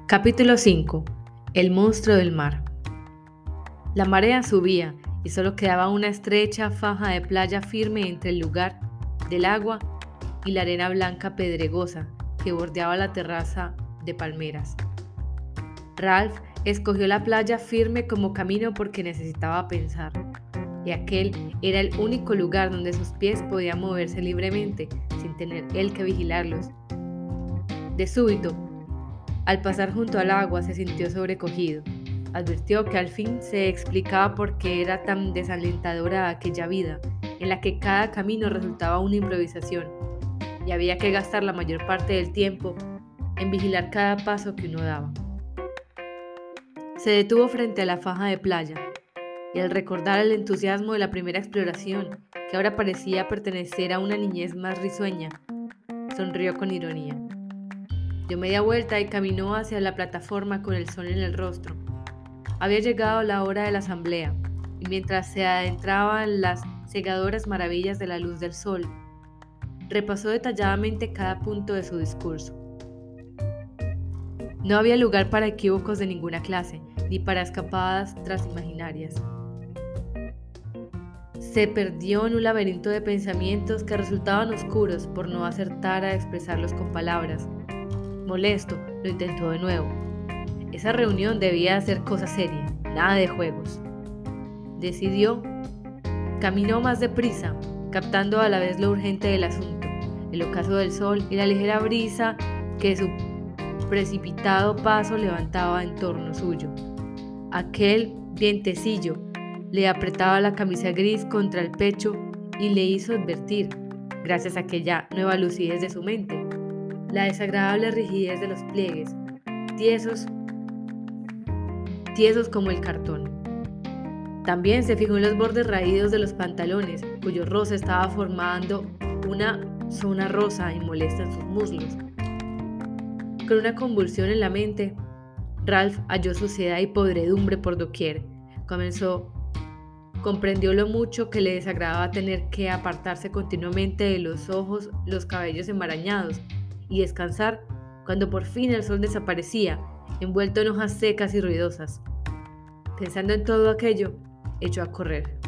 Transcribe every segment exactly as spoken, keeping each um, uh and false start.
Capítulo cinco. El monstruo del mar. La marea subía y solo quedaba una estrecha faja de playa firme entre el lugar del agua y la arena blanca pedregosa que bordeaba la terraza de palmeras. Ralph escogió la playa firme como camino porque necesitaba pensar, y aquel era el único lugar donde sus pies podían moverse libremente sin tener él que vigilarlos. De súbito, al pasar junto al agua se sintió sobrecogido. Advirtió que al fin se explicaba por qué era tan desalentadora aquella vida, en la que cada camino resultaba una improvisación, y había que gastar la mayor parte del tiempo en vigilar cada paso que uno daba. Se detuvo frente a la faja de playa, y al recordar el entusiasmo de la primera exploración, que ahora parecía pertenecer a una niñez más risueña, sonrió con ironía. Dio media vuelta y caminó hacia la plataforma con el sol en el rostro. Había llegado la hora de la asamblea, y mientras se adentraba en las cegadoras maravillas de la luz del sol, repasó detalladamente cada punto de su discurso. No había lugar para equívocos de ninguna clase, ni para escapadas transimaginarias. Se perdió en un laberinto de pensamientos que resultaban oscuros por no acertar a expresarlos con palabras. Molesto, lo intentó de nuevo. Esa reunión debía ser cosa seria, nada de juegos. Decidió, caminó más deprisa, captando a la vez lo urgente del asunto, el ocaso del sol y la ligera brisa que su precipitado paso levantaba en torno suyo. Aquel vientecillo le apretaba la camisa gris contra el pecho y le hizo advertir, gracias a aquella nueva lucidez de su mente, la desagradable rigidez de los pliegues, tiesos, tiesos como el cartón. También se fijó en los bordes raídos de los pantalones, cuyo roce estaba formando una zona rosa y molesta en sus muslos. Con una convulsión en la mente, Ralph halló suciedad y podredumbre por doquier. Comenzó, comprendió lo mucho que le desagradaba tener que apartarse continuamente de los ojos los cabellos enmarañados y descansar cuando por fin el sol desaparecía, envuelto en hojas secas y ruidosas. Pensando en todo aquello, echó a correr.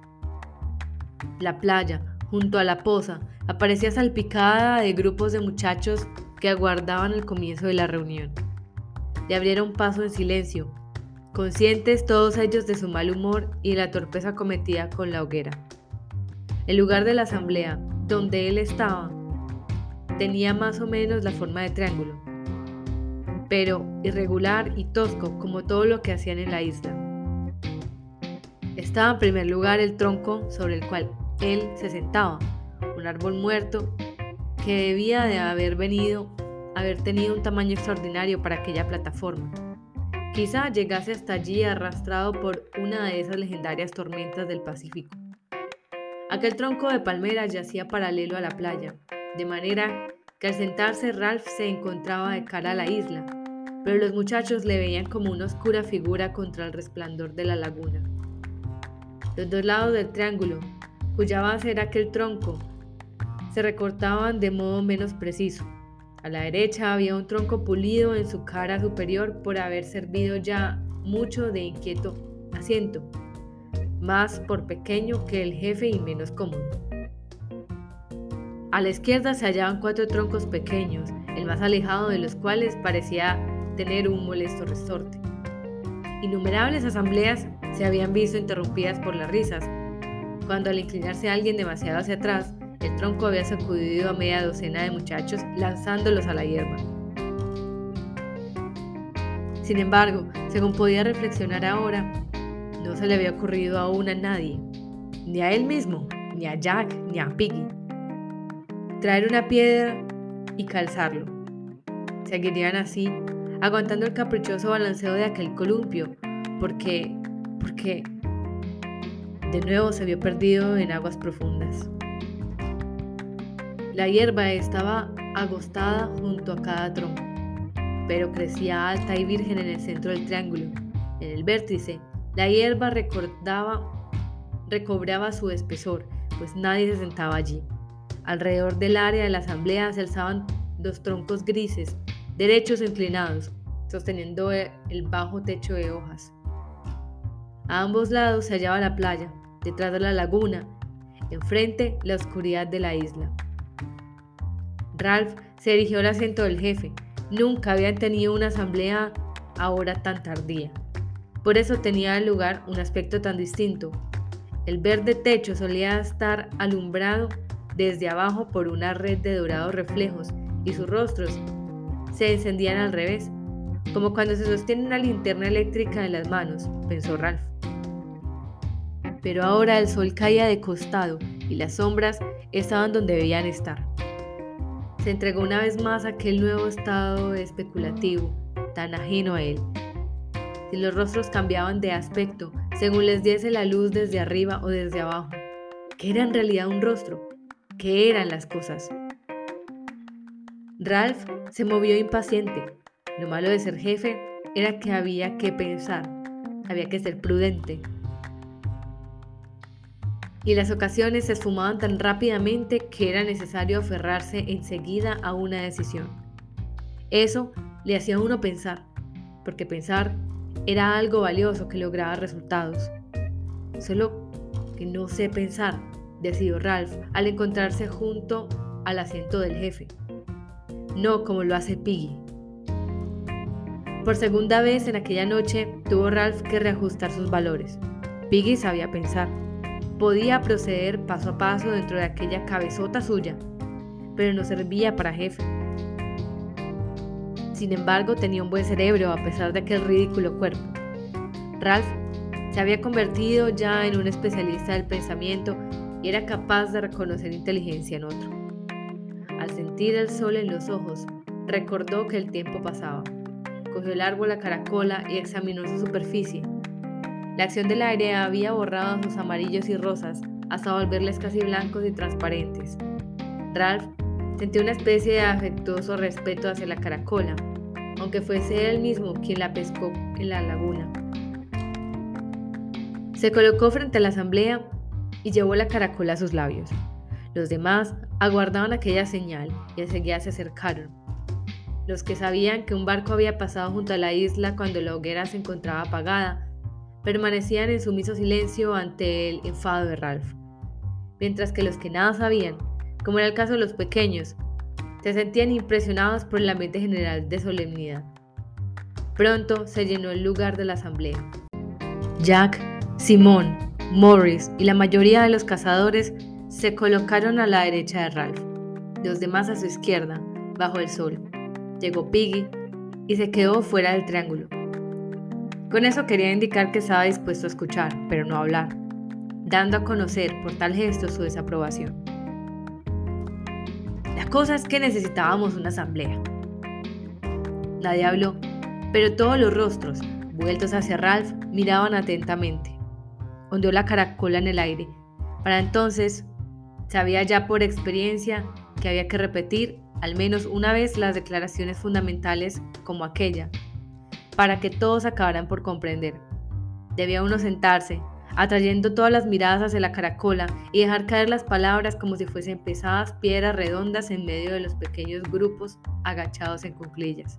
La playa, junto a la poza, aparecía salpicada de grupos de muchachos que aguardaban el comienzo de la reunión. Le abrieron paso en silencio, conscientes todos ellos de su mal humor y de la torpeza cometida con la hoguera. El lugar de la asamblea, donde él estaba, tenía más o menos la forma de triángulo, pero irregular y tosco como todo lo que hacían en la isla. Estaba en primer lugar el tronco sobre el cual él se sentaba, un árbol muerto que debía de haber venido, haber tenido un tamaño extraordinario para aquella plataforma. Quizá llegase hasta allí arrastrado por una de esas legendarias tormentas del Pacífico. Aquel tronco de palmera yacía paralelo a la playa, de manera que al sentarse Ralph se encontraba de cara a la isla, pero los muchachos le veían como una oscura figura contra el resplandor de la laguna. Los dos lados del triángulo, cuya base era aquel tronco, se recortaban de modo menos preciso. A la derecha había un tronco pulido en su cara superior por haber servido ya mucho de inquieto asiento, más por pequeño que el jefe y menos cómodo. A la izquierda se hallaban cuatro troncos pequeños, el más alejado de los cuales parecía tener un molesto resorte. Innumerables asambleas se habían visto interrumpidas por las risas, cuando al inclinarse alguien demasiado hacia atrás, el tronco había sacudido a media docena de muchachos lanzándolos a la hierba. Sin embargo, según podía reflexionar ahora, no se le había ocurrido aún a nadie, ni a él mismo, ni a Jack, ni a Piggy, traer una piedra y calzarlo. Seguirían así, aguantando el caprichoso balanceo de aquel columpio, porque, porque, de nuevo se vio perdido en aguas profundas. La hierba estaba agostada junto a cada tronco, pero crecía alta y virgen en el centro del triángulo. En el vértice, la hierba recordaba, recobraba su espesor, pues nadie se sentaba allí. Alrededor del área de la asamblea se alzaban dos troncos grises, derechos e inclinados, sosteniendo el bajo techo de hojas. A ambos lados se hallaba la playa, detrás de la laguna, enfrente la oscuridad de la isla. Ralph se dirigió al asiento del jefe. Nunca habían tenido una asamblea a hora tan tardía. Por eso tenía el lugar un aspecto tan distinto. El verde techo solía estar alumbrado desde abajo por una red de dorados reflejos y sus rostros se encendían al revés, como cuando se sostiene una linterna eléctrica en las manos, pensó Ralph. Pero ahora el sol caía de costado y las sombras estaban donde debían estar. Se entregó una vez más a aquel nuevo estado especulativo, tan ajeno a él. Si los rostros cambiaban de aspecto según les diese la luz desde arriba o desde abajo, ¿qué era en realidad un rostro? ¿Qué eran las cosas? Ralph se movió impaciente. Lo malo de ser jefe era que había que pensar, había que ser prudente. Y las ocasiones se esfumaban tan rápidamente que era necesario aferrarse enseguida a una decisión. Eso le hacía a uno pensar, porque pensar era algo valioso que lograba resultados. Solo que no sé pensar, decidió Ralph al encontrarse junto al asiento del jefe. No como lo hace Piggy. Por segunda vez en aquella noche tuvo Ralph que reajustar sus valores. Piggy sabía pensar. Podía proceder paso a paso dentro de aquella cabezota suya, pero no servía para jefe. Sin embargo, tenía un buen cerebro a pesar de aquel ridículo cuerpo. Ralph se había convertido ya en un especialista del pensamiento y era capaz de reconocer inteligencia en otro. Al sentir el sol en los ojos, recordó que el tiempo pasaba. Cogió el árbol a caracola y examinó su superficie. La acción del aire había borrado sus amarillos y rosas hasta volverles casi blancos y transparentes. Ralph sintió una especie de afectuoso respeto hacia la caracola, aunque fuese él mismo quien la pescó en la laguna. Se colocó frente a la asamblea y llevó la caracola a sus labios. Los demás aguardaban aquella señal y enseguida se acercaron. Los que sabían que un barco había pasado junto a la isla cuando la hoguera se encontraba apagada, permanecían en sumiso silencio ante el enfado de Ralph, mientras que los que nada sabían, como era el caso de los pequeños, se sentían impresionados por el ambiente general de solemnidad. Pronto se llenó el lugar de la asamblea. Jack, Simón, Morris y la mayoría de los cazadores se colocaron a la derecha de Ralph, los demás a su izquierda, bajo el sol. Llegó Piggy y se quedó fuera del triángulo. Con eso quería indicar que estaba dispuesto a escuchar, pero no a hablar, dando a conocer por tal gesto su desaprobación. La cosa es que necesitábamos una asamblea. Nadie habló, pero todos los rostros, vueltos hacia Ralph, miraban atentamente. Ondeó la caracola en el aire. Para entonces, sabía ya por experiencia que había que repetir al menos una vez las declaraciones fundamentales como aquella, para que todos acabaran por comprender. Debía uno sentarse, atrayendo todas las miradas hacia la caracola y dejar caer las palabras como si fuesen pesadas piedras redondas en medio de los pequeños grupos agachados en cuclillas.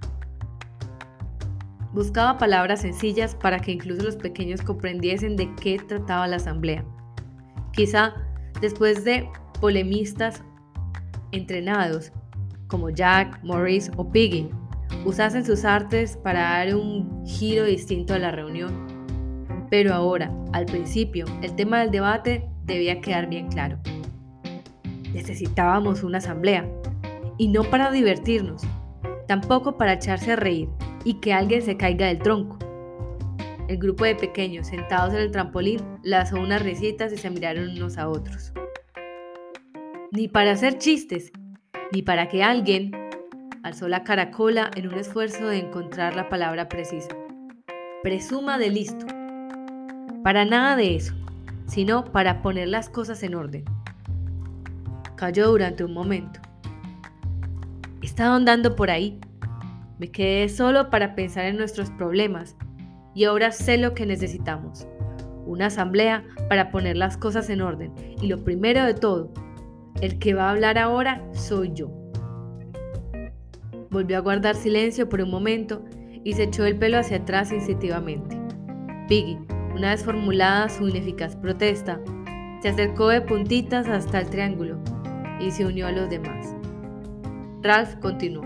Buscaba palabras sencillas para que incluso los pequeños comprendiesen de qué trataba la asamblea. Quizá, después de polemistas entrenados, como Jack, Morris o Piggy, usasen sus artes para dar un giro distinto a la reunión. Pero ahora, al principio, el tema del debate debía quedar bien claro. Necesitábamos una asamblea, y no para divertirnos, tampoco para echarse a reír y que alguien se caiga del tronco. El grupo de pequeños sentados en el trampolín lanzó unas risitas y se miraron unos a otros. Ni para hacer chistes, ni para que alguien alzó la caracola en un esfuerzo de encontrar la palabra precisa. Presuma de listo. Para nada de eso, sino para poner las cosas en orden. Calló durante un momento. He estado andando por ahí. Me quedé solo para pensar en nuestros problemas y ahora sé lo que necesitamos. Una asamblea para poner las cosas en orden. Y lo primero de todo, el que va a hablar ahora soy yo. volvió a guardar silencio por un momento y se echó el pelo hacia atrás instintivamente. Piggy, una vez formulada su ineficaz protesta, se acercó de puntitas hasta el triángulo y se unió a los demás. Ralph continuó.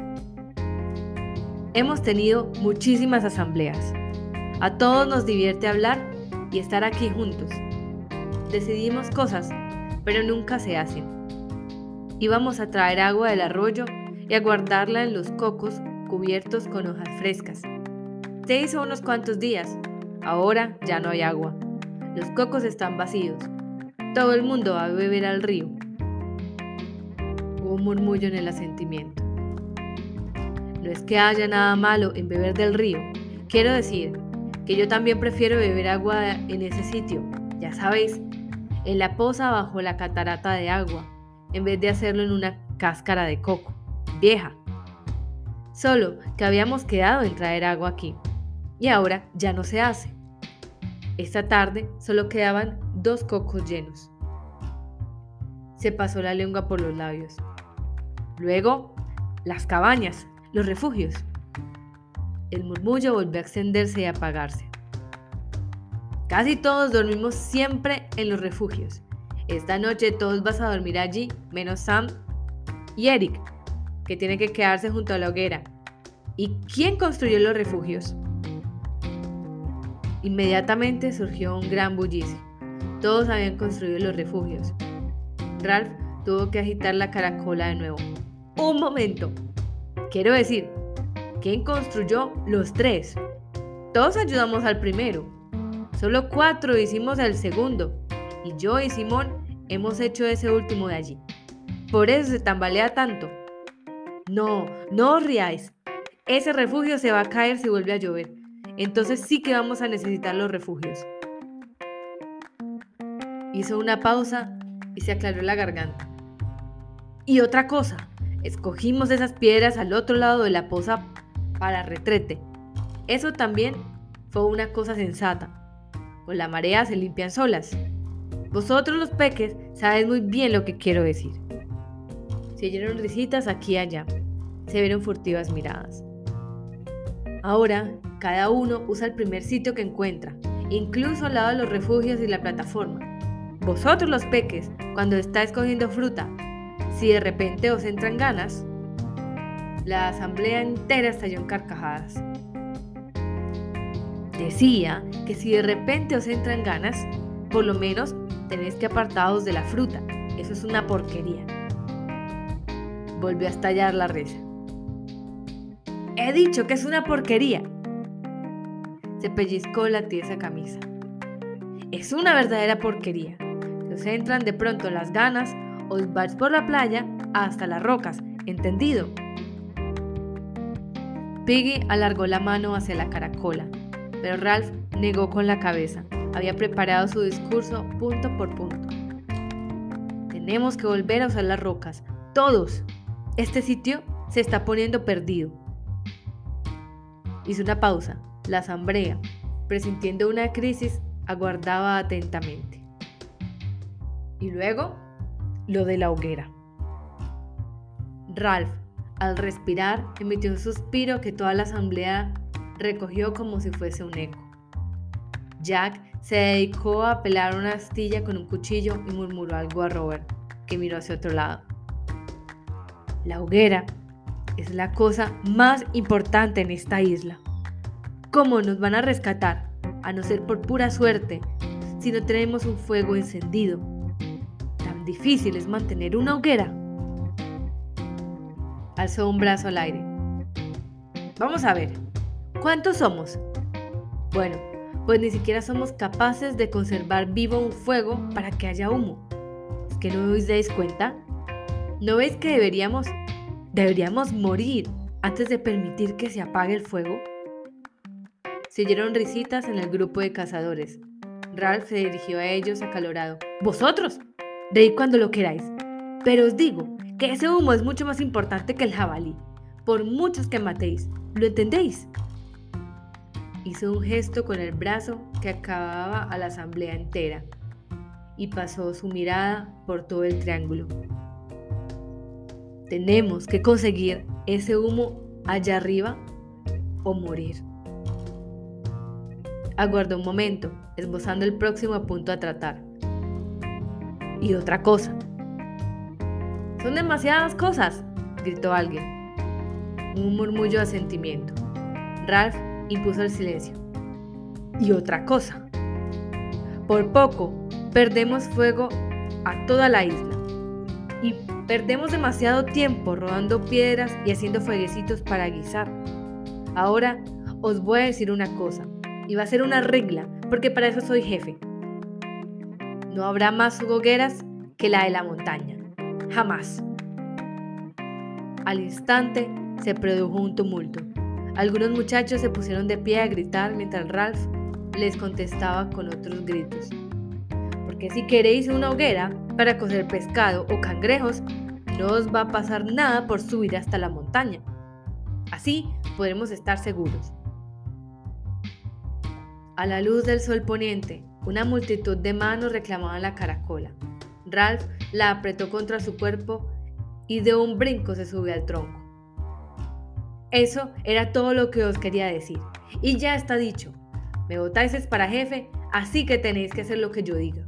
Hemos tenido muchísimas asambleas. A todos nos divierte hablar y estar aquí juntos. Decidimos cosas, pero nunca se hacen. Íbamos a traer agua del arroyo y a guardarla en los cocos cubiertos con hojas frescas. Se hizo unos cuantos días. Ahora ya no hay agua. Los cocos están vacíos. Todo el mundo va a beber al río. Hubo un murmullo en el asentimiento. No es que haya nada malo en beber del río. Quiero decir que yo también prefiero beber agua en ese sitio, ya sabéis, en la poza bajo la catarata de agua, en vez de hacerlo en una cáscara de coco, vieja. Solo que habíamos quedado en traer agua aquí, y ahora ya no se hace. Esta tarde solo quedaban dos cocos llenos. Se pasó la lengua por los labios. Luego, las cabañas, los refugios. El murmullo volvió a extenderse y apagarse. Casi todos dormimos siempre en los refugios. Esta noche todos vas a dormir allí, menos Sam y Eric, que tiene que quedarse junto a la hoguera. ¿Y quién construyó los refugios? Inmediatamente surgió un gran bullicio. Todos habían construido los refugios. Ralph tuvo que agitar la caracola de nuevo. ¡Un momento! Quiero decir, ¿quién construyó los tres? Todos ayudamos al primero. Solo cuatro hicimos el segundo. Y yo y Simón hemos hecho ese último de allí. Por eso se tambalea tanto. No, no os riáis. Ese refugio se va a caer si vuelve a llover. Entonces sí que vamos a necesitar los refugios. Hizo una pausa y se aclaró la garganta. Y otra cosa, escogimos esas piedras al otro lado de la poza para retrete. Eso también fue una cosa sensata. Con la marea se limpian solas. Vosotros los peques sabéis muy bien lo que quiero decir. Se oyeron risitas aquí y allá. Se vieron furtivas miradas. Ahora, cada uno usa el primer sitio que encuentra, incluso al lado de los refugios y la plataforma. Vosotros los peques, cuando estáis cogiendo fruta, si de repente os entran ganas. La asamblea entera estalló en carcajadas. Decía que si de repente os entran ganas, por lo menos tenéis que apartaros de la fruta. Eso es una porquería. Volvió a estallar la risa. He dicho que es una porquería. Se pellizcó la tiesa camisa. Es una verdadera porquería. Si os entran de pronto las ganas, os vais por la playa hasta las rocas. ¿Entendido? Piggy alargó la mano hacia la caracola, pero Ralph negó con la cabeza. Había preparado su discurso punto por punto. Tenemos que volver a usar las rocas. Todos. Este sitio se está poniendo perdido. Hizo una pausa. La asamblea, presintiendo una crisis, aguardaba atentamente. Y luego, lo de la hoguera. Ralph, al respirar, emitió un suspiro que toda la asamblea recogió como si fuese un eco. Jack se dedicó a pelar una astilla con un cuchillo y murmuró algo a Robert, que miró hacia otro lado. La hoguera es la cosa más importante en esta isla. ¿Cómo nos van a rescatar, a no ser por pura suerte, si no tenemos un fuego encendido? Tan difícil es mantener una hoguera. Alzó un brazo al aire. Vamos a ver, ¿cuántos somos? Bueno, pues ni siquiera somos capaces de conservar vivo un fuego para que haya humo. ¿Es que no os dais cuenta? ¿No veis que deberíamos, deberíamos morir antes de permitir que se apague el fuego? Se oyeron risitas en el grupo de cazadores. Ralph se dirigió a ellos acalorado. ¿Vosotros? Reíd cuando lo queráis. Pero os digo que ese humo es mucho más importante que el jabalí, por muchos que matéis. ¿Lo entendéis? Hizo un gesto con el brazo que acababa a la asamblea entera y pasó su mirada por todo el triángulo. Tenemos que conseguir ese humo allá arriba o morir. Aguardó un momento, esbozando el próximo punto a tratar. Y otra cosa. Son demasiadas cosas, gritó alguien. Un murmullo de asentimiento. Ralph impuso el silencio. Y otra cosa. Por poco, perdemos fuego a toda la isla. Y perdemos demasiado tiempo rodando piedras y haciendo fueguecitos para guisar. Ahora os voy a decir una cosa, y va a ser una regla, porque para eso soy jefe. No habrá más hogueras que la de la montaña. Jamás. Al instante se produjo un tumulto. Algunos muchachos se pusieron de pie a gritar mientras Ralph les contestaba con otros gritos. Porque si queréis una hoguera para cocer pescado o cangrejos, no os va a pasar nada por subir hasta la montaña. Así podremos estar seguros. A la luz del sol poniente, una multitud de manos reclamaban la caracola. Ralph la apretó contra su cuerpo y de un brinco se subió al tronco. Eso era todo lo que os quería decir. Y ya está dicho. Me votáis para jefe, así que tenéis que hacer lo que yo diga.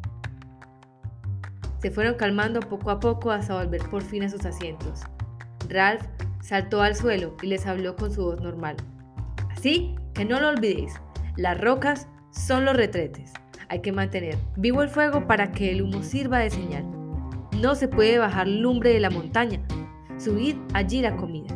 Se fueron calmando poco a poco hasta volver por fin a sus asientos. Ralph saltó al suelo y les habló con su voz normal. Así que no lo olvidéis, las rocas son los retretes. Hay que mantener vivo el fuego para que el humo sirva de señal. No se puede bajar lumbre de la montaña. Subid allí la comida.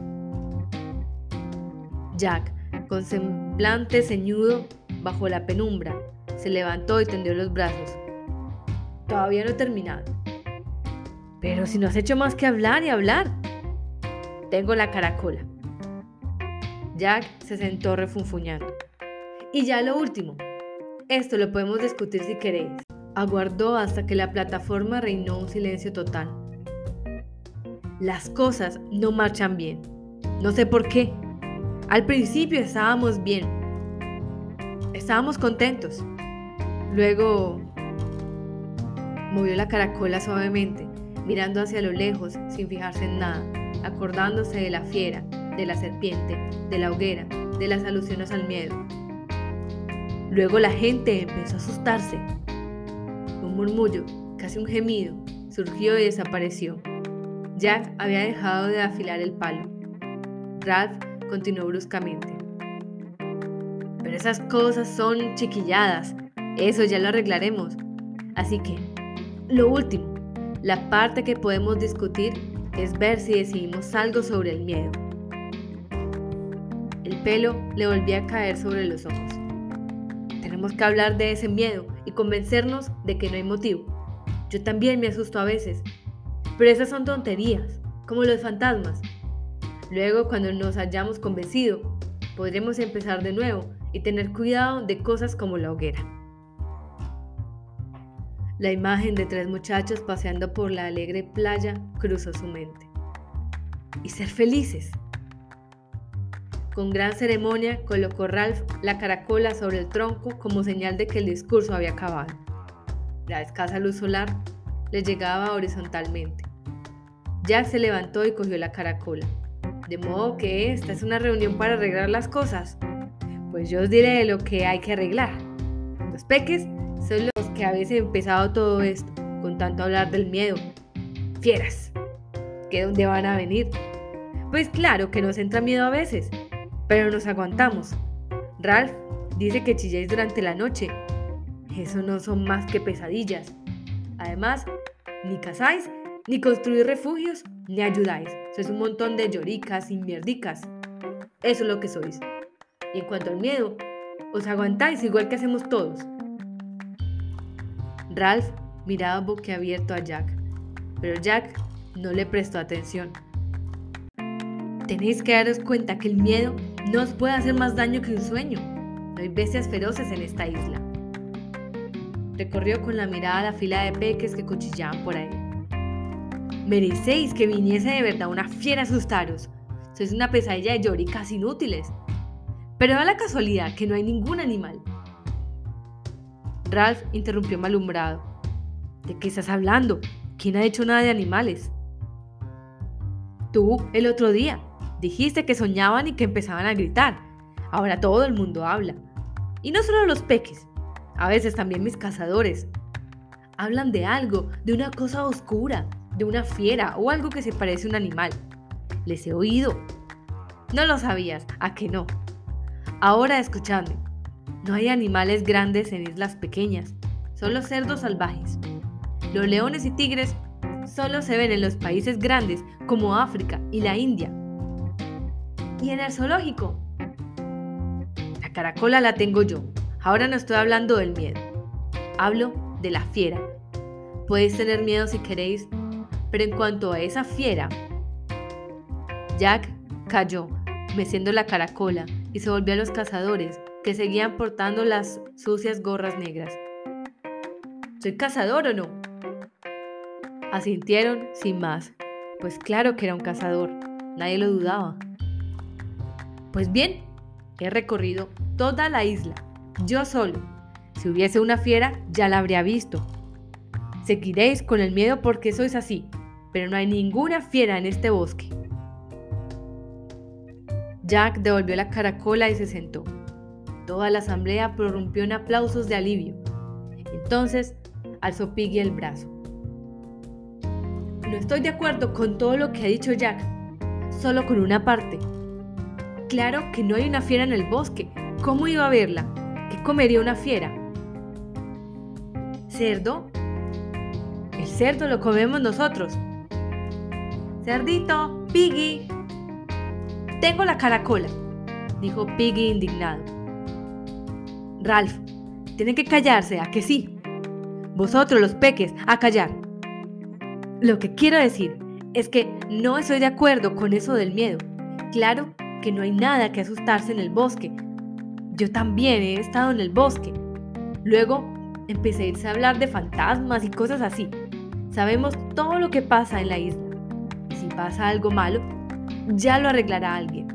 Jack, con semblante ceñudo bajo la penumbra, se levantó y tendió los brazos. Todavía no he terminado. Pero si no has hecho más que hablar y hablar. Tengo la caracola. Jack se sentó refunfuñando. Y ya lo último. Esto lo podemos discutir si queréis. Aguardó hasta que la plataforma reinó un silencio total. Las cosas no marchan bien. No sé por qué. Al principio estábamos bien. Estábamos contentos. Luego movió la caracola suavemente, mirando hacia lo lejos sin fijarse en nada, acordándose de la fiera, de la serpiente, de la hoguera, de las alusiones al miedo. Luego la gente empezó a asustarse. Un murmullo, casi un gemido, surgió y desapareció. Jack había dejado de afilar el palo. Ralph continuó bruscamente. Pero esas cosas son chiquilladas. Eso ya lo arreglaremos. Así que, lo último, la parte que podemos discutir es ver si decidimos algo sobre el miedo. El pelo le volvía a caer sobre los ojos. Tenemos que hablar de ese miedo y convencernos de que no hay motivo. Yo también me asusto a veces, pero esas son tonterías, como los fantasmas. Luego, cuando nos hayamos convencido, podremos empezar de nuevo y tener cuidado de cosas como la hoguera. La imagen de tres muchachos paseando por la alegre playa cruzó su mente. Y ser felices. Con gran ceremonia colocó Ralph la caracola sobre el tronco como señal de que el discurso había acabado. La escasa luz solar le llegaba horizontalmente. Jack se levantó y cogió la caracola. De modo que esta es una reunión para arreglar las cosas. Pues yo os diré lo que hay que arreglar. Los peques son los que habéis empezado todo esto, con tanto hablar del miedo. Fieras. ¿Que dónde van a venir? Pues claro que nos entra miedo a veces, pero nos aguantamos. Ralph dice que chilléis durante la noche. Eso no son más que pesadillas. Además, ni cazáis, ni construís refugios, ni ayudáis. Sois un montón de lloricas y mierdicas. Eso es lo que sois. Y en cuanto al miedo, os aguantáis igual que hacemos todos. Ralph miraba boquiabierto a Jack, pero Jack no le prestó atención. Tenéis que daros cuenta que el miedo no os puede hacer más daño que un sueño. No hay bestias feroces en esta isla. Recorrió con la mirada la fila de peques que cuchillaban por ahí. Merecéis que viniese de verdad una fiera a asustaros. Sois una pesadilla de lloricas inútiles. Pero da la casualidad que no hay ningún animal. Ralph interrumpió malhumorado. ¿De qué estás hablando? ¿Quién ha hecho nada de animales? Tú, el otro día. Dijiste que soñaban y que empezaban a gritar. Ahora todo el mundo habla. Y no solo los peques, a veces también mis cazadores. Hablan de algo, de una cosa oscura, de una fiera o algo que se parece a un animal. Les he oído. No lo sabías, ¿a que no? Ahora escuchadme. No hay animales grandes en islas pequeñas, solo cerdos salvajes. Los leones y tigres solo se ven en los países grandes como África y la India. ¿Y en el zoológico? La caracola la tengo yo. Ahora no estoy hablando del miedo. Hablo de la fiera. Podéis tener miedo si queréis, pero en cuanto a esa fiera... Jack cayó, meciendo la caracola, y se volvió a los cazadores, que seguían portando las sucias gorras negras. ¿Soy cazador o no? Asintieron sin más, pues claro que era un cazador, nadie lo dudaba. Pues bien, he recorrido toda la isla, yo solo. Si hubiese una fiera, ya la habría visto. Seguiréis con el miedo porque sois así, pero no hay ninguna fiera en este bosque. Jack devolvió la caracola y se sentó. Toda la asamblea prorrumpió en aplausos de alivio. Entonces alzó Piggy el brazo. No estoy de acuerdo con todo lo que ha dicho Jack, solo con una parte. Claro que no hay una fiera en el bosque. ¿Cómo iba a verla? ¿Qué comería una fiera? ¿Cerdo? El cerdo lo comemos nosotros. Cerdito, Piggy. Tengo la caracola, dijo Piggy indignado. Ralph, tienen que callarse, ¿a que sí? Vosotros los peques, a callar. Lo que quiero decir es que no estoy de acuerdo con eso del miedo. Claro que no hay nada que asustarse en el bosque. Yo también he estado en el bosque. Luego empecé a irse a hablar de fantasmas y cosas así. Sabemos todo lo que pasa en la isla. Y si pasa algo malo, ya lo arreglará alguien.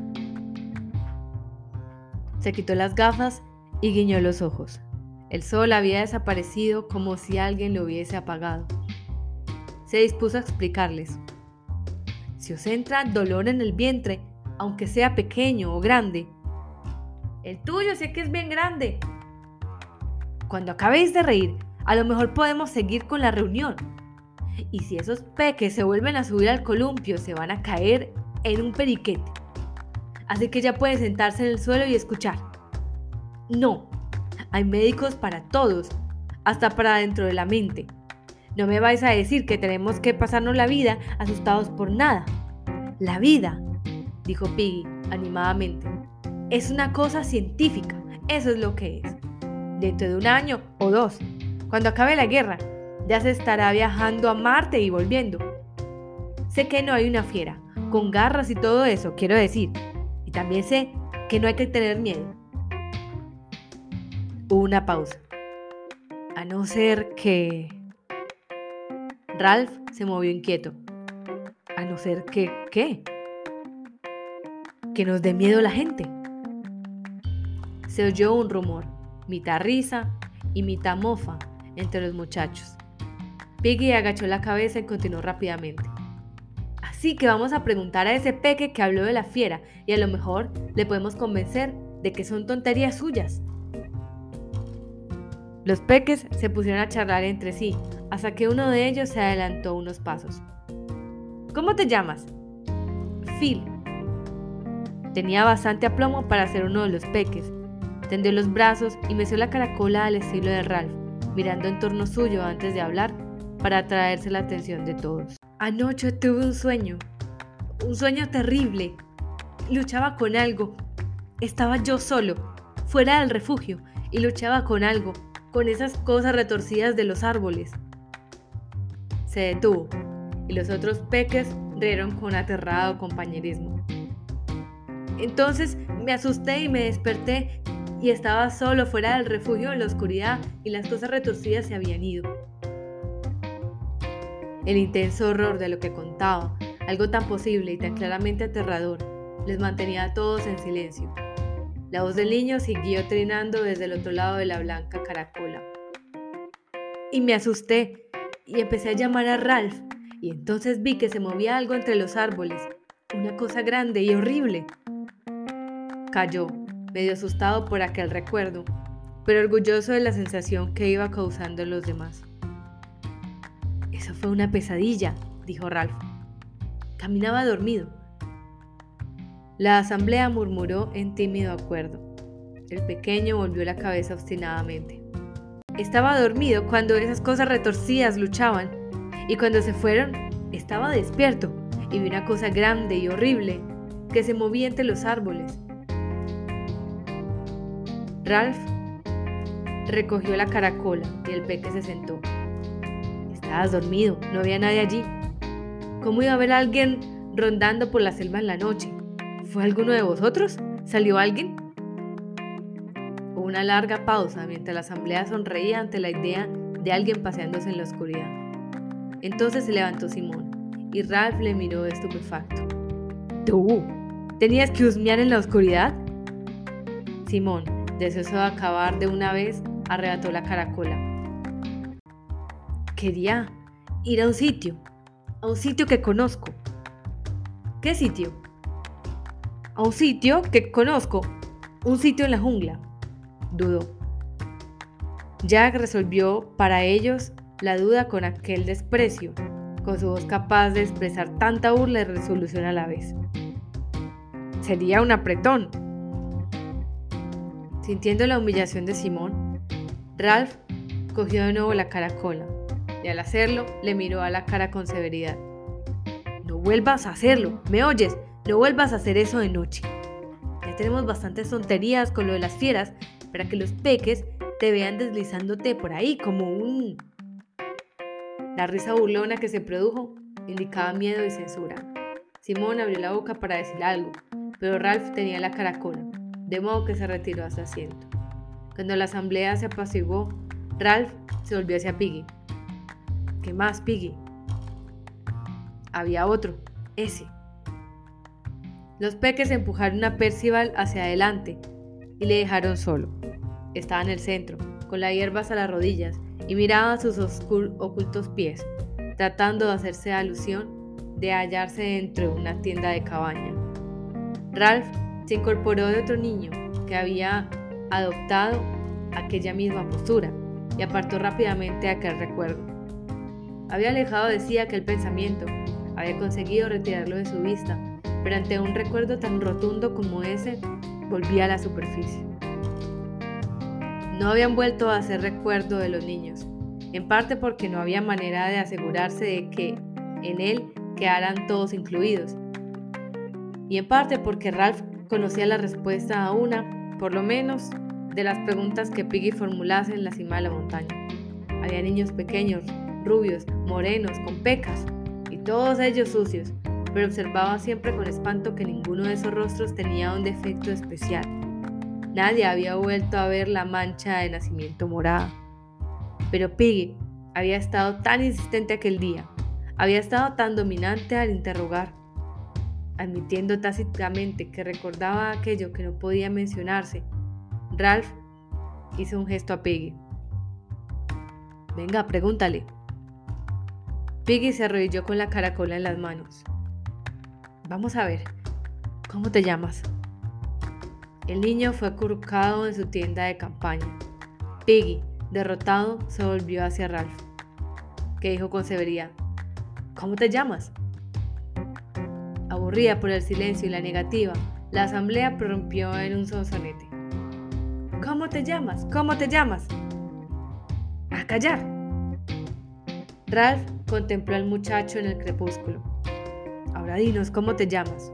Se quitó las gafas y guiñó los ojos. El sol había desaparecido como si alguien lo hubiese apagado. Se dispuso a explicarles. Si os entra dolor en el vientre, aunque sea pequeño o grande. El tuyo sé que es bien grande. Cuando acabéis de reír, a lo mejor podemos seguir con la reunión. Y si esos peques se vuelven a subir al columpio, se van a caer en un periquete. Así que ya pueden sentarse en el suelo y escuchar. No, hay médicos para todos, hasta para dentro de la mente. No me vais a decir que tenemos que pasarnos la vida asustados por nada. La vida, dijo Piggy animadamente, es una cosa científica, eso es lo que es. Dentro de un año o dos, cuando acabe la guerra, ya se estará viajando a Marte y volviendo. Sé que no hay una fiera, con garras y todo eso, quiero decir. Y también sé que no hay que tener miedo. Hubo una pausa. A no ser que... Ralph se movió inquieto. A no ser que... ¿Qué? Que nos dé miedo la gente. Se oyó un rumor, mitad risa y mitad mofa entre los muchachos. Piggy agachó la cabeza y continuó rápidamente. Así que vamos a preguntar a ese peque que habló de la fiera y a lo mejor le podemos convencer de que son tonterías suyas. Los peques se pusieron a charlar entre sí hasta que uno de ellos se adelantó unos pasos. ¿Cómo te llamas? Phil. Tenía bastante aplomo para ser uno de los peques. Tendió los brazos y meció la caracola al estilo de Ralph, mirando en torno suyo antes de hablar para atraerse la atención de todos. Anoche tuve un sueño, un sueño terrible. Luchaba con algo. Estaba yo solo, fuera del refugio, y luchaba con algo, con esas cosas retorcidas de los árboles. Se detuvo, y los otros peques rieron con aterrado compañerismo. Entonces me asusté y me desperté, y estaba solo fuera del refugio en la oscuridad, y las cosas retorcidas se habían ido. El intenso horror de lo que contaba, algo tan posible y tan claramente aterrador, les mantenía a todos en silencio. La voz del niño siguió trinando desde el otro lado de la blanca caracola. Y me asusté y empecé a llamar a Ralph, y entonces vi que se movía algo entre los árboles. una cosa grande y horrible. Calló, medio asustado por aquel recuerdo, pero orgulloso de la sensación que iba causando en los demás. Eso fue una pesadilla, dijo Ralph. Caminaba dormido. La asamblea murmuró en tímido acuerdo. El pequeño volvió la cabeza obstinadamente. Estaba dormido cuando esas cosas retorcidas luchaban, y cuando se fueron, estaba despierto y vi una cosa grande y horrible que se movía entre los árboles. Ralph recogió la caracola y el peque se sentó. Estabas dormido, no había nadie allí. ¿Cómo iba a haber alguien rondando por la selva en la noche? ¿Fue alguno de vosotros? ¿Salió alguien? Hubo una larga pausa mientras la asamblea sonreía ante la idea de alguien paseándose en la oscuridad. Entonces se levantó Simón y Ralph le miró estupefacto. ¿Tú? ¿Tenías que husmear en la oscuridad? Simón, deseoso de acabar de una vez, arrebató la caracola. Quería ir a un sitio, a un sitio que conozco. ¿Qué sitio? A un sitio que conozco, un sitio en la jungla. Dudó. Jack resolvió para ellos la duda con aquel desprecio, con su voz capaz de expresar tanta burla y resolución a la vez. Sería un apretón. Sintiendo la humillación de Simón, Ralph cogió de nuevo la caracola y al hacerlo le miró a la cara con severidad. No vuelvas a hacerlo, ¿me oyes? No vuelvas a hacer eso de noche. Ya tenemos bastantes tonterías con lo de las fieras para que los peques te vean deslizándote por ahí como un... La risa burlona que se produjo indicaba miedo y censura. Simón abrió la boca para decir algo, pero Ralph tenía la caracola, de modo que se retiró a su asiento. Cuando la asamblea se apaciguó, Ralph se volvió hacia Piggy. ¿Qué más, Piggy? Había otro, ese. Los peques empujaron a Percival hacia adelante y le dejaron solo. Estaba en el centro, con la hierba hasta las rodillas, y miraba sus oscur- ocultos pies, tratando de hacerse alusión de hallarse dentro de una tienda de cabaña. Ralph se incorporó de otro niño que había adoptado aquella misma postura y apartó rápidamente aquel recuerdo. Había alejado de sí aquel pensamiento, había conseguido retirarlo de su vista, pero ante un recuerdo tan rotundo como ese, volvía a la superficie. No habían vuelto a hacer recuerdo de los niños, en parte porque no había manera de asegurarse de que en él quedaran todos incluidos, y en parte porque Ralph conocía la respuesta a una, por lo menos, de las preguntas que Piggy formulase en la cima de la montaña. Había niños pequeños, rubios, morenos, con pecas, y todos ellos sucios, pero observaba siempre con espanto que ninguno de esos rostros tenía un defecto especial. Nadie había vuelto a ver la mancha de nacimiento morada. Pero Piggy había estado tan insistente aquel día, había estado tan dominante al interrogar, admitiendo tácitamente que recordaba aquello que no podía mencionarse. Ralph hizo un gesto a Piggy. Venga, pregúntale. Piggy se arrodilló con la caracola en las manos. Vamos a ver, ¿cómo te llamas? El niño fue acurrucado en su tienda de campaña. Piggy, derrotado, se volvió hacia Ralph, que dijo con severidad, ¿cómo te llamas? Aburrida por el silencio y la negativa, la asamblea prorrumpió en un sonsonete. ¿Cómo te llamas? ¿Cómo te llamas? ¡A callar! Ralph contempló al muchacho en el crepúsculo. Ahora dinos, ¿cómo te llamas?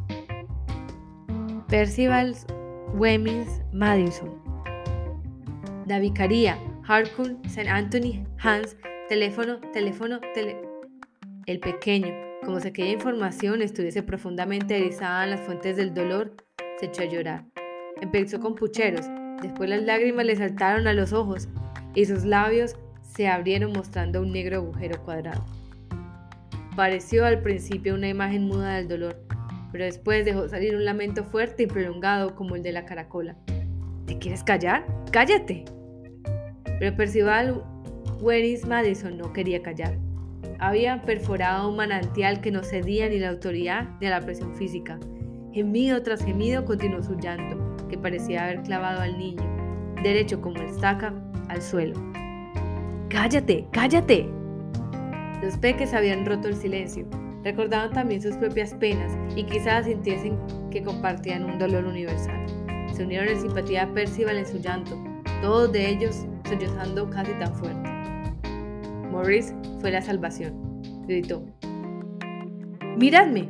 Percival Wemmings Madison. La vicaría, Harcourt, Saint Anthony, Hans, teléfono, teléfono, tele... El pequeño, como si aquella información estuviese profundamente erizada en las fuentes del dolor, se echó a llorar. Empezó con pucheros, después las lágrimas le saltaron a los ojos y sus labios se abrieron mostrando un negro agujero cuadrado. Pareció al principio una imagen muda del dolor, pero después dejó salir un lamento fuerte y prolongado como el de la caracola. ¿Te quieres callar? ¡Cállate! Pero Percival Wemmings Madison no quería callar. Había perforado un manantial que no cedía ni a la autoridad ni a la presión física. Gemido tras gemido continuó su llanto, que parecía haber clavado al niño, derecho como estaca, al suelo. ¡Cállate! ¡Cállate! Los peques habían roto el silencio. Recordaban también sus propias penas y quizás sintiesen que compartían un dolor universal. Se unieron en simpatía a Percival en su llanto, todos de ellos sollozando casi tan fuerte. Maurice fue la salvación. Gritó: ¡Miradme!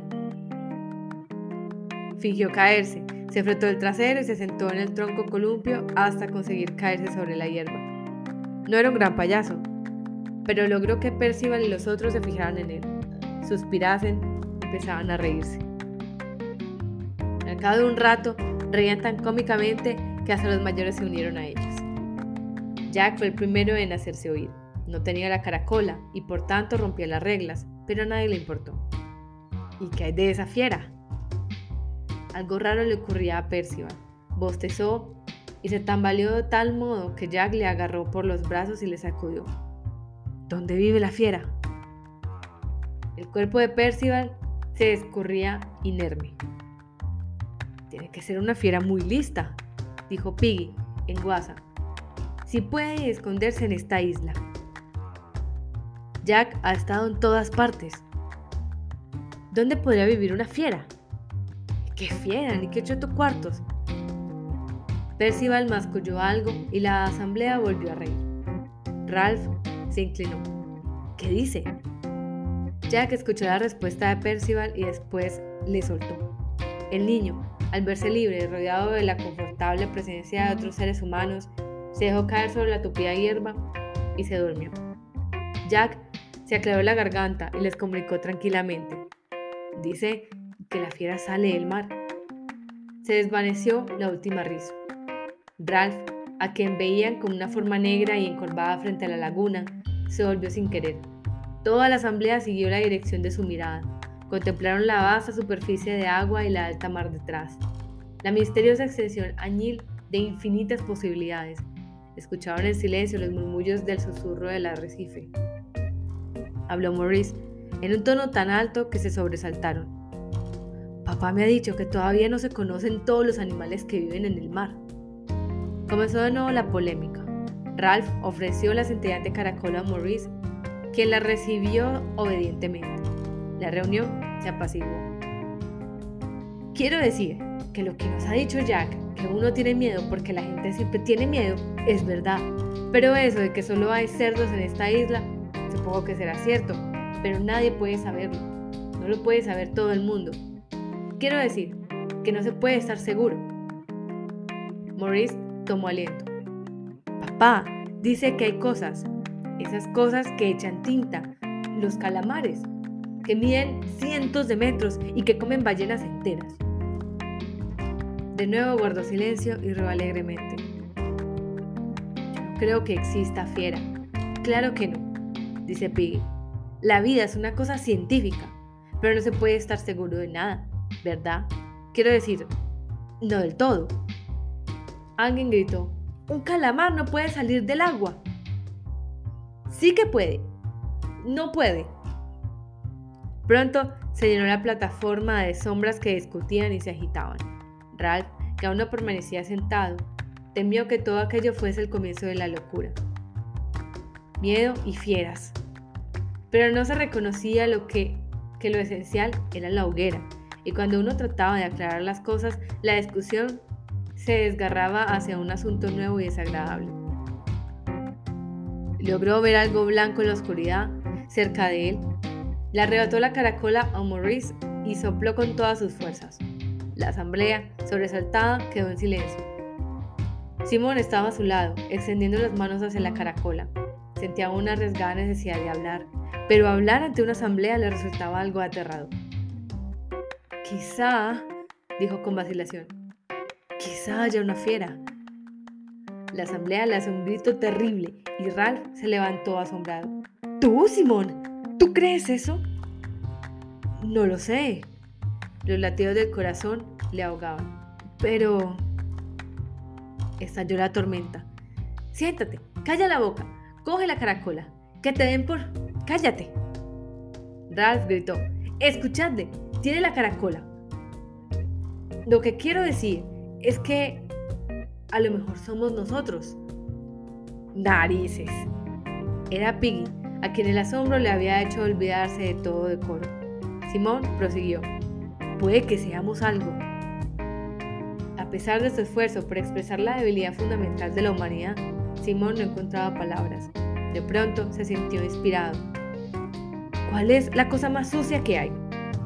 Fingió caerse, se frotó el trasero y se sentó en el tronco columpio hasta conseguir caerse sobre la hierba. No era un gran payaso, pero logró que Percival y los otros se fijaran en él, suspirasen y empezaban a reírse. Al cabo de un rato, reían tan cómicamente que hasta los mayores se unieron a ellos. Jack fue el primero en hacerse oír. No tenía la caracola y por tanto rompía las reglas, pero a nadie le importó. ¿Y qué hay de esa fiera? Algo raro le ocurría a Percival. Bostezó y se tambaleó de tal modo que Jack le agarró por los brazos y le sacudió. ¿Dónde vive la fiera? El cuerpo de Percival se escurría inerme. Tiene que ser una fiera muy lista, dijo Piggy en guasa. Si puede esconderse en esta isla. Jack ha estado en todas partes. ¿Dónde podría vivir una fiera? ¿Qué fiera? Ni qué ocho cuartos. Percival masculló algo y la asamblea volvió a reír. Ralph se inclinó. ¿Qué dice? Jack escuchó la respuesta de Percival y después le soltó. El niño, al verse libre y rodeado de la confortable presencia de otros seres humanos, se dejó caer sobre la tupida hierba y se durmió. Jack se aclaró la garganta y les comunicó tranquilamente. Dice que la fiera sale del mar. Se desvaneció la última risa. Ralph, a quien veían con una forma negra y encorvada frente a la laguna, se volvió sin querer. Toda la asamblea siguió la dirección de su mirada. Contemplaron la vasta superficie de agua y la alta mar detrás. La misteriosa extensión añil de infinitas posibilidades. Escucharon en silencio los murmullos del susurro del arrecife. Habló Maurice, en un tono tan alto que se sobresaltaron. Papá me ha dicho que todavía no se conocen todos los animales que viven en el mar. Comenzó de nuevo la polémica. Ralph ofreció la centellante caracola a Maurice, quien la recibió obedientemente. La reunión se apaciguó. Quiero decir que lo que nos ha dicho Jack, que uno tiene miedo porque la gente siempre tiene miedo, es verdad. Pero eso de que solo hay cerdos en esta isla, supongo que será cierto, pero nadie puede saberlo. No lo puede saber todo el mundo. Quiero decir que no se puede estar seguro. Maurice tomó aliento. Papá dice que hay cosas, esas cosas que echan tinta, los calamares, que miden cientos de metros y que comen ballenas enteras. De nuevo guardó silencio y rió alegremente. Yo no creo que exista fiera. Claro que no, dice Piggy. La vida es una cosa científica, pero no se puede estar seguro de nada, ¿verdad? Quiero decir, no del todo. Alguien gritó, ¡un calamar no puede salir del agua! Sí que puede. No puede. Pronto se llenó la plataforma de sombras que discutían y se agitaban. Ralph, que aún no permanecía sentado, temió que todo aquello fuese el comienzo de la locura. Miedo y fieras. Pero no se reconocía lo que, que lo esencial era la hoguera, y cuando uno trataba de aclarar las cosas, la discusión se desgarraba hacia un asunto nuevo y desagradable. Logró ver algo blanco en la oscuridad cerca de él. Le arrebató la caracola a Maurice y sopló con todas sus fuerzas. La asamblea, sobresaltada, quedó en silencio. Simón estaba a su lado, extendiendo las manos hacia la caracola. Sentía una arriesgada necesidad de hablar, pero hablar ante una asamblea le resultaba algo aterrador. Quizá, dijo con vacilación, quizá haya una fiera. La asamblea le hace un grito terrible y Ralph se levantó asombrado. ¿Tú, Simón? ¿Tú crees eso? No lo sé. Los latidos del corazón le ahogaban. Pero... estalló la tormenta. Siéntate, calla la boca, coge la caracola, que te den por... ¡Cállate! Ralph gritó: «Escuchadle, tiene la caracola». Lo que quiero decir es que a lo mejor somos nosotros. Narices. Era Piggy, a quien el asombro le había hecho olvidarse de todo decoro. Simón prosiguió: «Puede que seamos algo». A pesar de su esfuerzo por expresar la debilidad fundamental de la humanidad, Simón no encontraba palabras. De pronto se sintió inspirado. «¿Cuál es la cosa más sucia que hay?».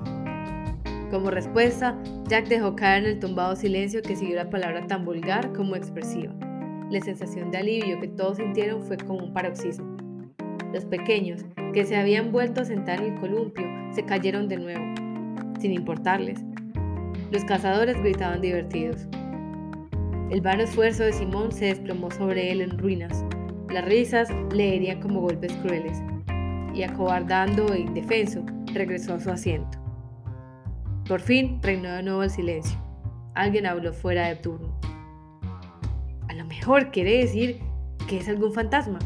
Como respuesta, Jack dejó caer en el tumbado silencio que siguió la palabra tan vulgar como expresiva. La sensación de alivio que todos sintieron fue como un paroxismo. Los pequeños, que se habían vuelto a sentar en el columpio, se cayeron de nuevo, sin importarles. Los cazadores gritaban divertidos. El vano esfuerzo de Simón se desplomó sobre él en ruinas. Las risas le herían como golpes crueles, y acobardando e indefenso, regresó a su asiento. Por fin reinó de nuevo el silencio. Alguien habló fuera de turno. «A lo mejor quiere decir que es algún fantasma».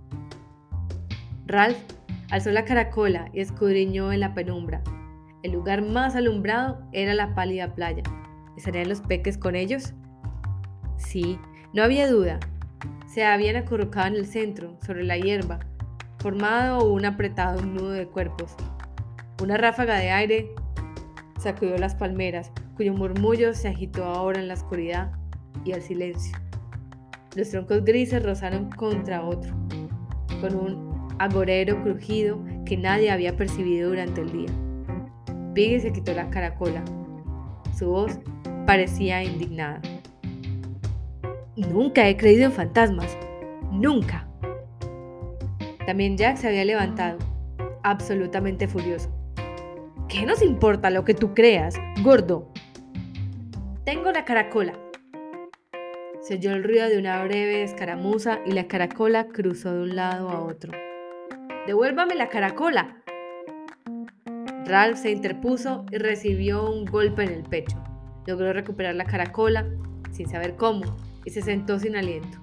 Ralph alzó la caracola y escudriñó en la penumbra. El lugar más alumbrado era la pálida playa. ¿Estarían los peques con ellos? Sí, no había duda. Se habían acurrucado en el centro, sobre la hierba, formado un apretado nudo de cuerpos. Una ráfaga de aire sacudió las palmeras, cuyo murmullo se agitó ahora en la oscuridad y el silencio. Los troncos grises rozaron contra otro, con un agorero crujido que nadie había percibido durante el día. Piggy se quitó la caracola. Su voz parecía indignada. «Nunca he creído en fantasmas. ¡Nunca!». También Jack se había levantado, absolutamente furioso. «¿Qué nos importa lo que tú creas, gordo?». «Tengo la caracola». Se oyó el ruido de una breve escaramuza y la caracola cruzó de un lado a otro. «¡Devuélvame la caracola!». Ralph se interpuso y recibió un golpe en el pecho. Logró recuperar la caracola, sin saber cómo, y se sentó sin aliento.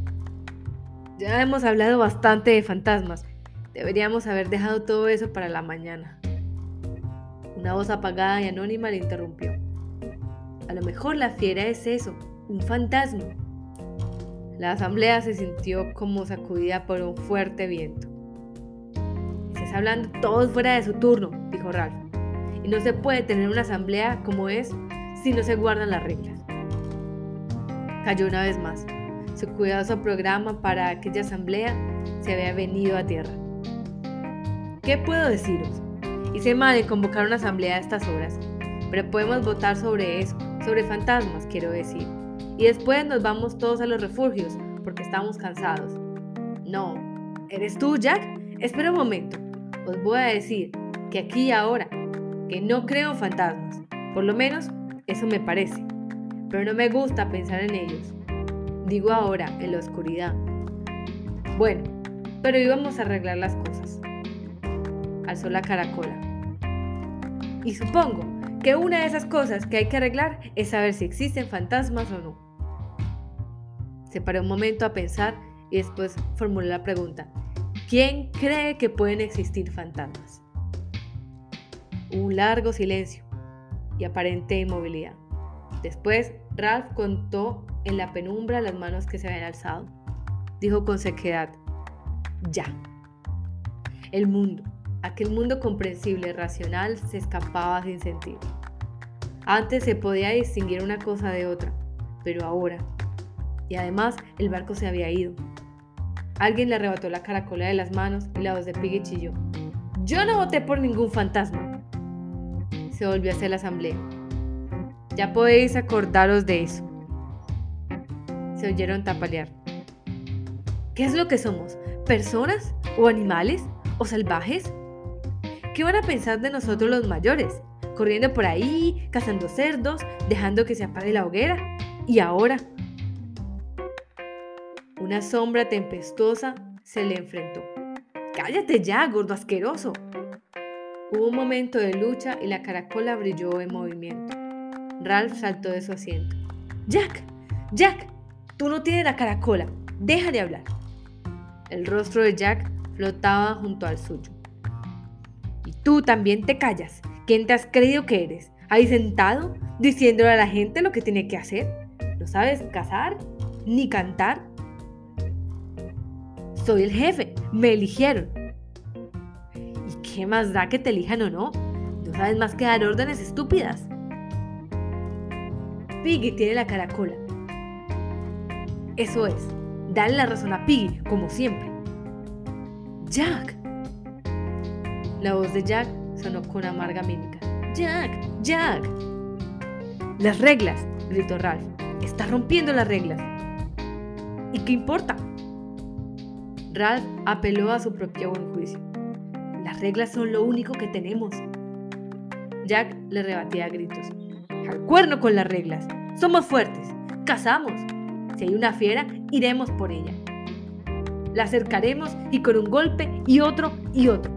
«Ya hemos hablado bastante de fantasmas. Deberíamos haber dejado todo eso para la mañana». Una voz apagada y anónima le interrumpió. «A lo mejor la fiera es eso, un fantasma». La asamblea se sintió como sacudida por un fuerte viento. «Estás hablando todos fuera de su turno», dijo Ralph. «Y no se puede tener una asamblea como es si no se guardan las reglas». Cayó una vez más. Su cuidadoso programa para aquella asamblea se había venido a tierra. «¿Qué puedo deciros? Hice mal en convocar una asamblea a estas horas, pero podemos votar sobre eso, sobre fantasmas, quiero decir. Y después nos vamos todos a los refugios, porque estamos cansados». «No, ¿eres tú, Jack? Espera un momento. Os voy a decir que aquí y ahora, que no creo en fantasmas. Por lo menos, eso me parece. Pero no me gusta pensar en ellos. Digo ahora, en la oscuridad. Bueno, pero íbamos a arreglar las cosas». Alzó la caracola. «Y supongo que una de esas cosas que hay que arreglar es saber si existen fantasmas o no». Se paró un momento a pensar y después formuló la pregunta: ¿quién cree que pueden existir fantasmas? Un largo silencio y aparente inmovilidad. Después, Ralph contó en la penumbra las manos que se habían alzado. Dijo con sequedad: «Ya». El mundo, aquel mundo comprensible, racional, se escapaba sin sentido. Antes se podía distinguir una cosa de otra, pero ahora. Y además, el barco se había ido. Alguien le arrebató la caracola de las manos y la voz de Piggy chilló: «Yo no voté por ningún fantasma». Se volvió hacia la asamblea. «Ya podéis acordaros de eso». Se oyeron tapalear. «¿Qué es lo que somos? ¿Personas? ¿O animales? ¿O salvajes? ¿Qué van a pensar de nosotros los mayores? Corriendo por ahí, cazando cerdos, dejando que se apague la hoguera. Y ahora...». Una sombra tempestuosa se le enfrentó. «¡Cállate ya, gordo asqueroso!». Hubo un momento de lucha y la caracola brilló en movimiento. Ralph saltó de su asiento. «¡Jack! ¡Jack! Tú no tienes la caracola. Deja de hablar». El rostro de Jack flotaba junto al suyo. Y tú también te callas. ¿Quién te has creído que eres? Ahí sentado, diciéndole a la gente lo que tiene que hacer. ¿No sabes cazar? ¿Ni cantar? Soy el jefe, me eligieron. ¿Y qué más da que te elijan o no? ¿No sabes más que dar órdenes estúpidas? Piggy tiene la caracola. Eso es, dale la razón a Piggy, como siempre. ¡Jack! La voz de Jack sonó con amarga mímica. ¡Jack! ¡Jack! ¡Las reglas!, gritó Ralph. ¡Está rompiendo las reglas! ¿Y qué importa? Ralph apeló a su propio buen juicio. Las reglas son lo único que tenemos. Jack le rebatía a gritos. ¡Al cuerno con las reglas! ¡Somos fuertes! ¡Cazamos! Si hay una fiera, iremos por ella. La acercaremos y con un golpe y otro y otro.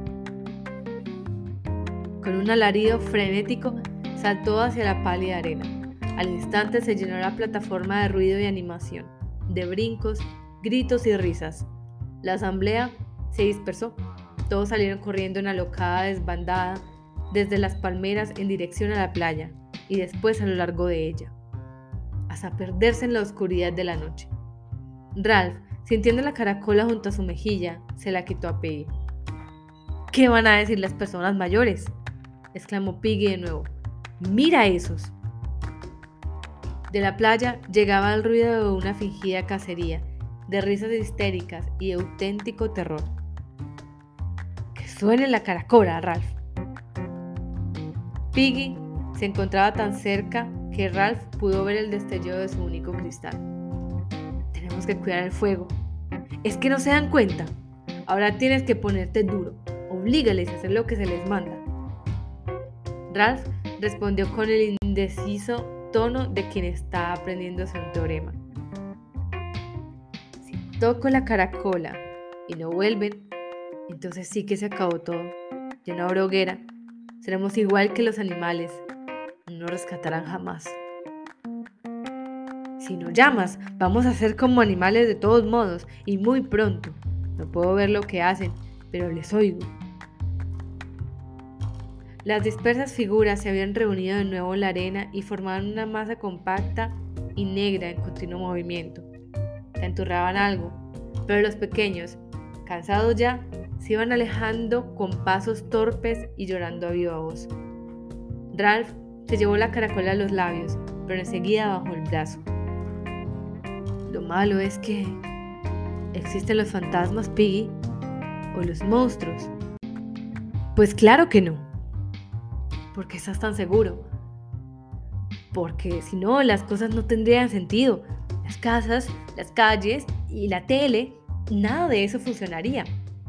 Con un alarido frenético, saltó hacia la pálida arena. Al instante se llenó la plataforma de ruido y animación, de brincos, gritos y risas. La asamblea se dispersó. Todos salieron corriendo en alocada desbandada desde las palmeras en dirección a la playa y después a lo largo de ella, hasta perderse en la oscuridad de la noche. Ralph, sintiendo la caracola junto a su mejilla, se la quitó a Piggy. ¿Qué van a decir las personas mayores?, exclamó Piggy de nuevo. ¡Mira esos! De la playa llegaba el ruido de una fingida cacería, de risas histéricas y de auténtico terror. ¡Que suene la caracola, Ralph! Piggy se encontraba tan cerca que Ralph pudo ver el destello de su único cristal. Tenemos que cuidar el fuego. ¿Es que no se dan cuenta? Ahora tienes que ponerte duro. Oblígales a hacer lo que se les manda. Ralph respondió con el indeciso tono de quien está aprendiéndose un teorema. Si toco la caracola y no vuelven, entonces sí que se acabó todo. Ya no habrá hoguera. Seremos igual que los animales. No nos rescatarán jamás. Si no llamas, vamos a ser como animales de todos modos, y muy pronto. No puedo ver lo que hacen, pero les oigo. Las dispersas figuras se habían reunido de nuevo en la arena y formaban una masa compacta y negra en continuo movimiento. Se enturraban algo, pero los pequeños, cansados ya, se iban alejando con pasos torpes y llorando a viva voz. Ralph se llevó la caracola a los labios, pero enseguida bajó el brazo. Lo malo es que ¿existen los fantasmas, Piggy? ¿O los monstruos? Pues claro que no. ¿Por qué estás tan seguro? Porque si no, las cosas no tendrían sentido. Las casas, las calles y la tele, nada de eso funcionaría.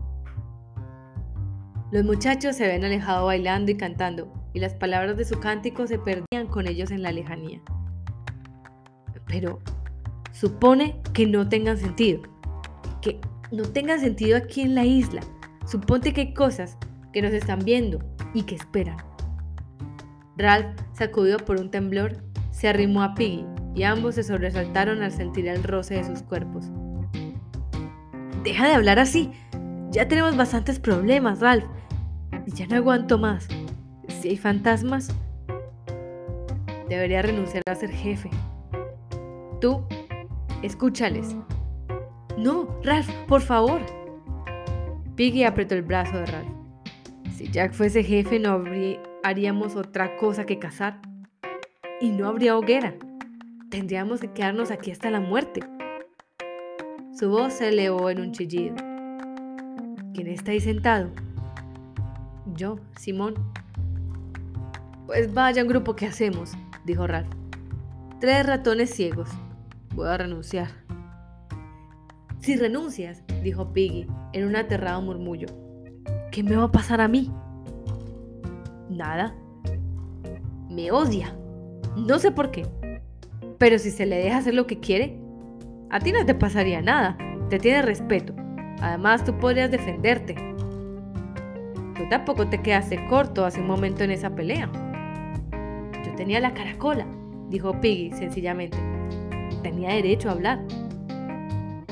Los muchachos se habían alejado bailando y cantando, y las palabras de su cántico se perdían con ellos en la lejanía. Pero supone que no tengan sentido, que no tengan sentido aquí en la isla. Suponte que hay cosas que nos están viendo y que esperan. Ralph, sacudido por un temblor, se arrimó a Piggy y ambos se sobresaltaron al sentir el roce de sus cuerpos. Deja de hablar así. Ya tenemos bastantes problemas, Ralph. Y ya no aguanto más. Si hay fantasmas, debería renunciar a ser jefe. Tú, escúchales. No, Ralph, por favor. Piggy apretó el brazo de Ralph. Si Jack fuese jefe, no habría, haríamos otra cosa que cazar. Y no habría hoguera. Tendríamos que quedarnos aquí hasta la muerte. Su voz se elevó en un chillido. ¿Quién está ahí sentado? Yo, Simón. Pues vaya un grupo, ¿qué hacemos?, dijo Ralph. Tres ratones ciegos. Voy a renunciar. Si renuncias, dijo Piggy en un aterrado murmullo, ¿qué me va a pasar a mí? Nada. Me odia. No sé por qué. Pero si se le deja hacer lo que quiere, a ti no te pasaría nada. Te tiene respeto. Además, tú podrías defenderte. Tú tampoco te quedaste corto hace un momento en esa pelea. Yo tenía la caracola, dijo Piggy sencillamente. Tenía derecho a hablar.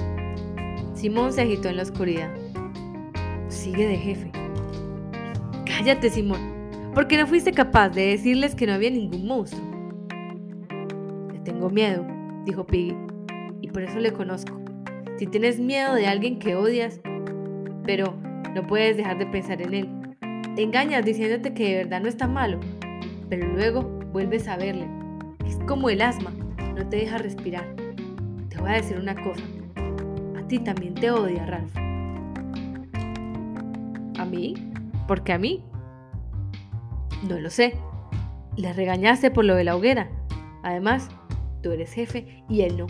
Simón se agitó en la oscuridad. Sigue de jefe. Cállate, Simón. ¿Por qué no fuiste capaz de decirles que no había ningún monstruo? Le tengo miedo, dijo Piggy, y por eso le conozco. Si tienes miedo de alguien que odias, pero no puedes dejar de pensar en él. Te engañas diciéndote que de verdad no está malo, pero luego vuelves a verle. Es como el asma, no te deja respirar. Te voy a decir una cosa. A ti también te odia, Ralph. ¿A mí? ¿Por qué a mí? No lo sé. Le regañaste por lo de la hoguera. Además, tú eres jefe y él no.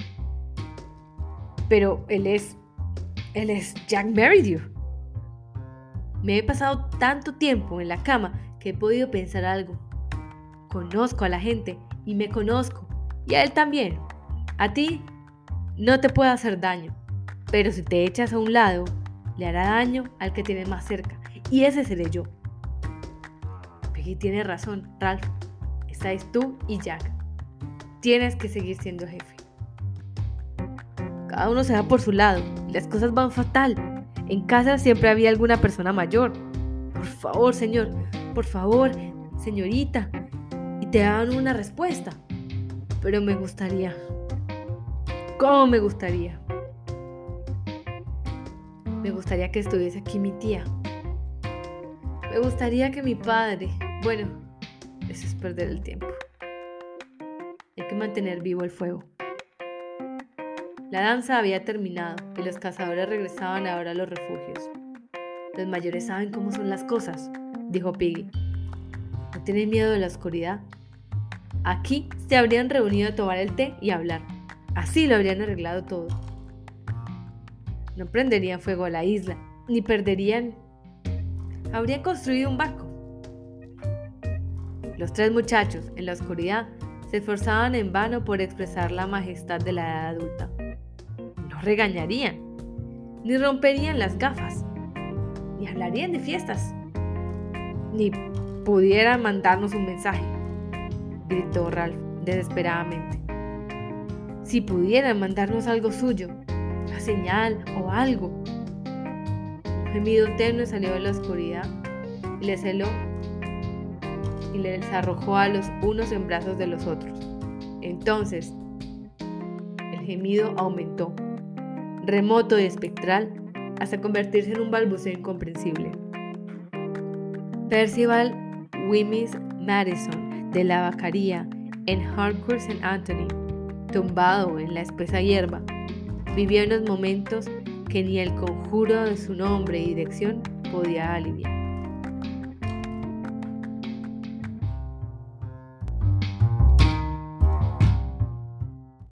Pero él es... Él es Jack Merridew. Me he pasado tanto tiempo en la cama que he podido pensar algo. Conozco a la gente y me conozco. Y a él también. A ti no te puede hacer daño. Pero si te echas a un lado, le hará daño al que tienes más cerca. Y ese seré yo. Peggy tiene razón, Ralph. Estáis tú y Jack. Tienes que seguir siendo jefe. Cada uno se va por su lado y las cosas van fatal. En casa siempre había alguna persona mayor. Por favor, señor, por favor, señorita. Y te daban una respuesta. Pero me gustaría. ¿Cómo me gustaría? Me gustaría que estuviese aquí mi tía. Me gustaría que mi padre... Bueno, eso es perder el tiempo. Hay que mantener vivo el fuego. La danza había terminado y los cazadores regresaban ahora a los refugios. Los mayores saben cómo son las cosas, dijo Piggy. ¿No tienen miedo de la oscuridad? Aquí se habrían reunido a tomar el té y a hablar. Así lo habrían arreglado todo. No prenderían fuego a la isla, ni perderían... Habrían construido un barco. Los tres muchachos, en la oscuridad, se esforzaban en vano por expresar la majestad de la edad adulta. No regañarían, ni romperían las gafas, ni hablarían de fiestas, ni pudieran mandarnos un mensaje, gritó Ralph desesperadamente. Si pudieran mandarnos algo suyo, una señal o algo. Un gemido tenue salió de la oscuridad y les heló y les arrojó a los unos en brazos de los otros. Entonces, el gemido aumentó, remoto y espectral, hasta convertirse en un balbuceo incomprensible. Percival Wemyss Madison, de la vacaría en Harcourt Saint Anthony, tumbado en la espesa hierba, vivió unos momentos que ni el conjuro de su nombre y dirección podía aliviar.